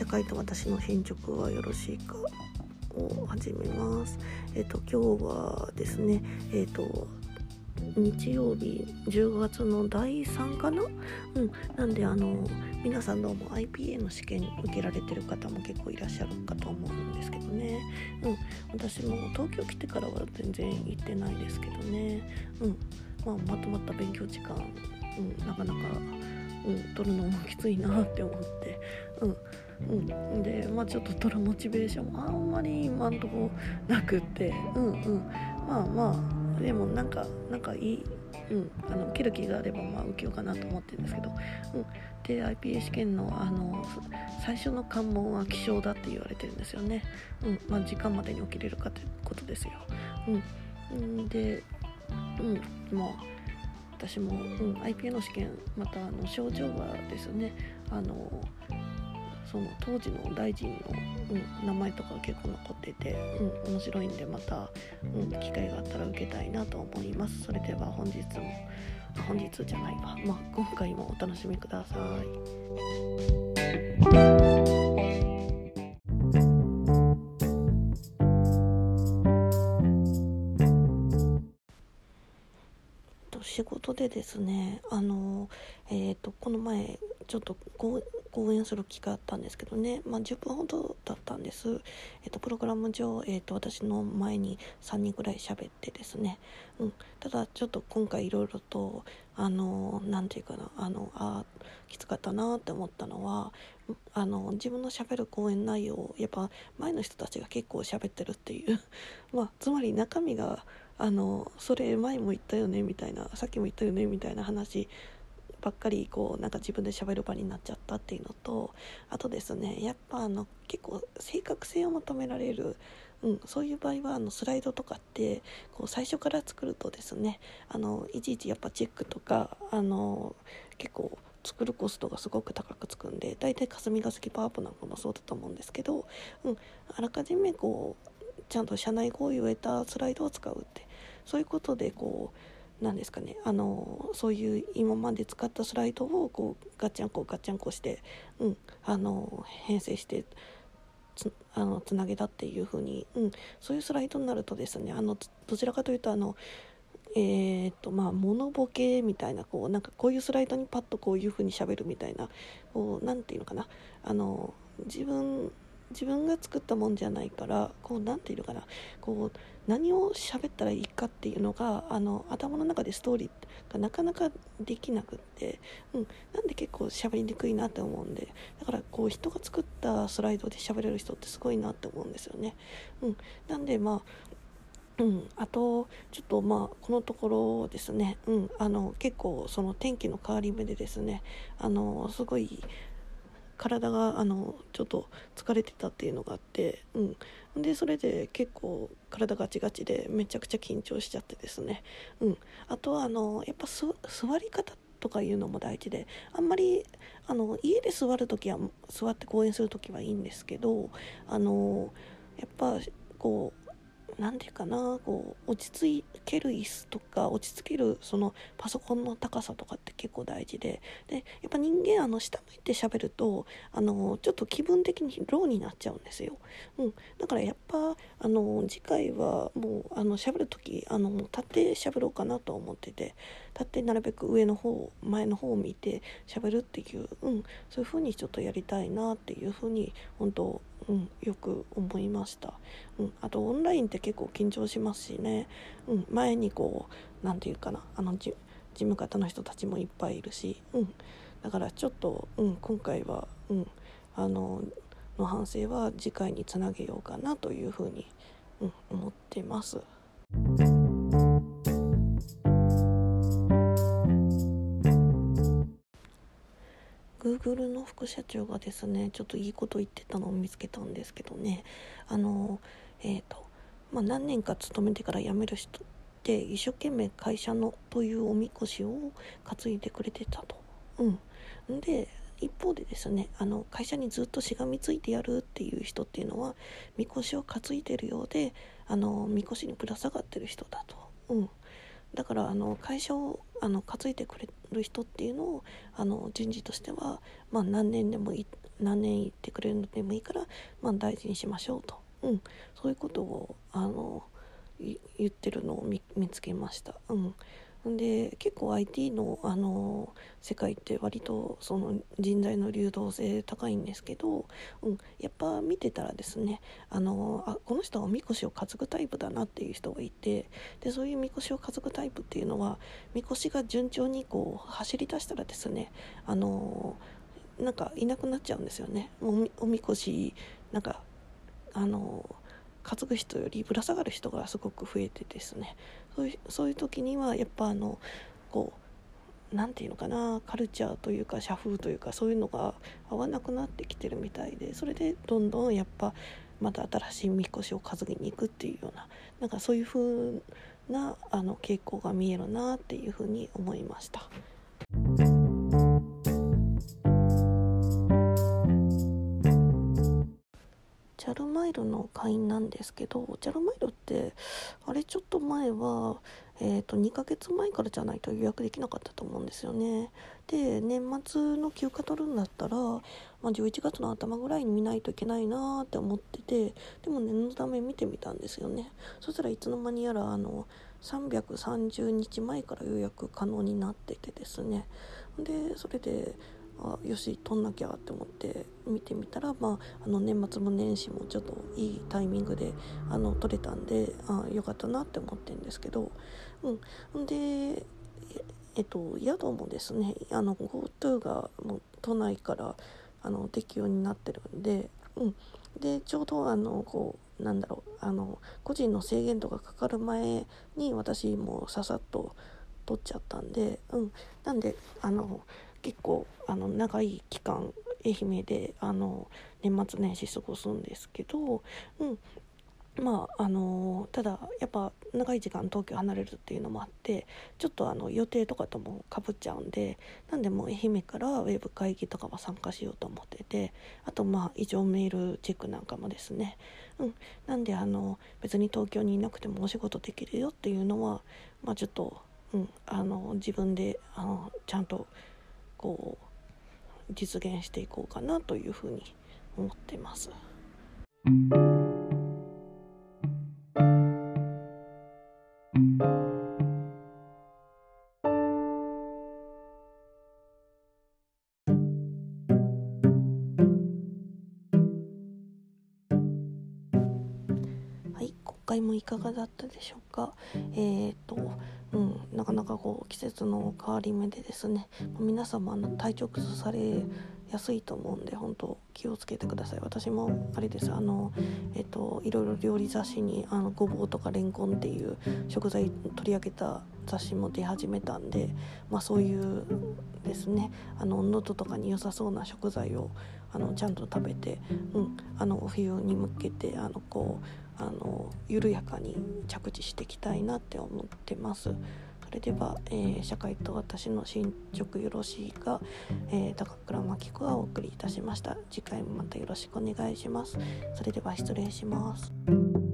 書いた私の進捗はよろしいかを始めます。今日はですね、日曜日10月の第3かな、なんで皆さんどうも IPA の試験受けられてる方も結構いらっしゃるかと思うんですけどね。私も東京来てからは全然行ってないですけどね。まとまった勉強時間、なかなか取るのもきついなって思って、でちょっと取るモチベーションもあんまり今んとこなくって、でもなんかいい、受ける気があれば受けようかなと思ってるんですけど、で IPA 試験の最初の関門は気象だって言われてるんですよね。時間までに起きれるかということですよ。で、私も、IPA の試験また症状がですね、その当時の大臣の、名前とか結構残っていて、面白いんでまた、機会があったら受けたいなと思います。それでは今回もお楽しみください。仕事でですね、この前ちょっと講演する機会あったんですけどね、10分ほどだったんです。プログラム上、私の前に3人ぐらい喋ってですね、ただちょっと今回いろいろとなんていうかな、きつかったなって思ったのは、自分の喋る講演内容をやっぱ前の人たちが結構喋ってるっていうつまり中身がそれ前も言ったよねみたいな、さっきも言ったよねみたいな話ばっかり自分で喋る場になっちゃったっていうのと、あとですね、やっぱ結構正確性を求められる、そういう場合はスライドとかって最初から作るとですね、いちいちやっぱチェックとか結構作るコストがすごく高くつくんで、だいたい霞が関パワーポなんかもそうだと思うんですけど、あらかじめちゃんと社内合意を得たスライドを使うって、そういうことでなんですかね、そういう今まで使ったスライドをガッチャンコして、編成してつなげたっていう風に、そういうスライドになるとですね、どちらかというとモノボケみたいなこういうスライドにパッとこういう風に喋るみたいな、なんていうのかな、自分が作ったもんじゃないから、なんていうのかな、何を喋ったらいいかっていうのが頭の中でストーリーがなかなかできなくって、なんで結構喋りにくいなって思うんで、だから人が作ったスライドで喋れる人ってすごいなって思うんですよね。なんであとちょっとこのところですね、結構その天気の変わり目でですね、すごい体がちょっと疲れてたっていうのがあって、でそれで結構体ガチガチでめちゃくちゃ緊張しちゃってですね、あとはやっぱ座り方とかいうのも大事で、あんまり家で座るときは座って講演するときはいいんですけど、やっぱなんていうかな、落ち着ける椅子とか落ち着けるそのパソコンの高さとかって結構大事で、やっぱ人間下向いて喋るとちょっと気分的にローになっちゃうんですよ。だからやっぱ次回はもう喋るとき立って喋ろうかなと思ってて、立ってなるべく前の方を見て喋るっていう、そういう風にちょっとやりたいなっていう風に本当よく思いました。あとオンラインって結構緊張しますしね、前になんていうかな、事務方の人たちもいっぱいいるし、だからちょっと、今回は、の反省は次回につなげようかなというふうに、思ってます。Google の副社長がですね、ちょっといいこと言ってたのを見つけたんですけどね、何年か勤めてから辞める人って一生懸命会社のというおみこしを担いでくれてたと。で一方でですね、会社にずっとしがみついてやるっていう人っていうのはみこしを担いでるようでみこしにぶら下がってる人だと。だから会社を担いでくれる人っていうのを人事としては何年でも何年言ってくれるのでもいいから、大事にしましょうと、そういうことを言ってるのを見つけました。で結構 IT の、世界って割とその人材の流動性高いんですけど、やっぱ見てたらですね、この人はおみこしを担ぐタイプだなっていう人がいて、でそういうみこしを担ぐタイプっていうのは、みこしが順調にこう走り出したらですね、なんかいなくなっちゃうんですよね。おみこしなんか担ぐ人よりぶら下がる人がすごく増えてですね、そういう時にはやっぱこうなんていうのかな、カルチャーというか社風というか、そういうのが合わなくなってきてるみたいで、それでどんどんやっぱまた新しいみこしを担ぎに行くっていうような、なんかそういう風な傾向が見えるなっていう風に思いました。チャルマイルの会員なんですけど、チャルマイルってあれちょっと前は、2ヶ月前からじゃないと予約できなかったと思うんですよね。で年末の休暇取るんだったら、11月の頭ぐらいに見ないといけないなって思ってて、でも念のため見てみたんですよね。そしたらいつの間にやら330日前から予約可能になっててですね、でそれでよし撮んなきゃって思って見てみたら、年末も年始もちょっといいタイミングで撮れたんで、よかったなって思ってるんですけど、で宿もですね、GoTo がもう都内から適用になってるんで、でちょうど個人の制限とかかかる前に私もささっと取っちゃったんで、なんで結構長い期間愛媛で年末年始過ごすんですけど、ただやっぱ長い時間東京離れるっていうのもあって、ちょっと予定とかともかぶっちゃうんで、なんでもう愛媛からウェブ会議とかは参加しようと思ってて、あと一応メールチェックなんかもですね、なんで別に東京にいなくてもお仕事できるよっていうのはちょっと、自分でちゃんとこう実現していこうかなというふうに思ってます。はい、今回もいかがだったでしょうか。なかなか季節の変わり目でですね、皆様体調崩されやすいと思うんで、本当気をつけてください。私もあれです、いろいろ料理雑誌にごぼうとかレンコンっていう食材取り上げた雑誌も出始めたんで、そういうですね、喉とかに良さそうな食材をちゃんと食べて、冬に向けて緩やかに着地していきたいなって思ってます。それでは、社会と私の進捗よろしいが、高倉真紀子がお送りいたしました。次回もまたよろしくお願いします。それでは失礼します。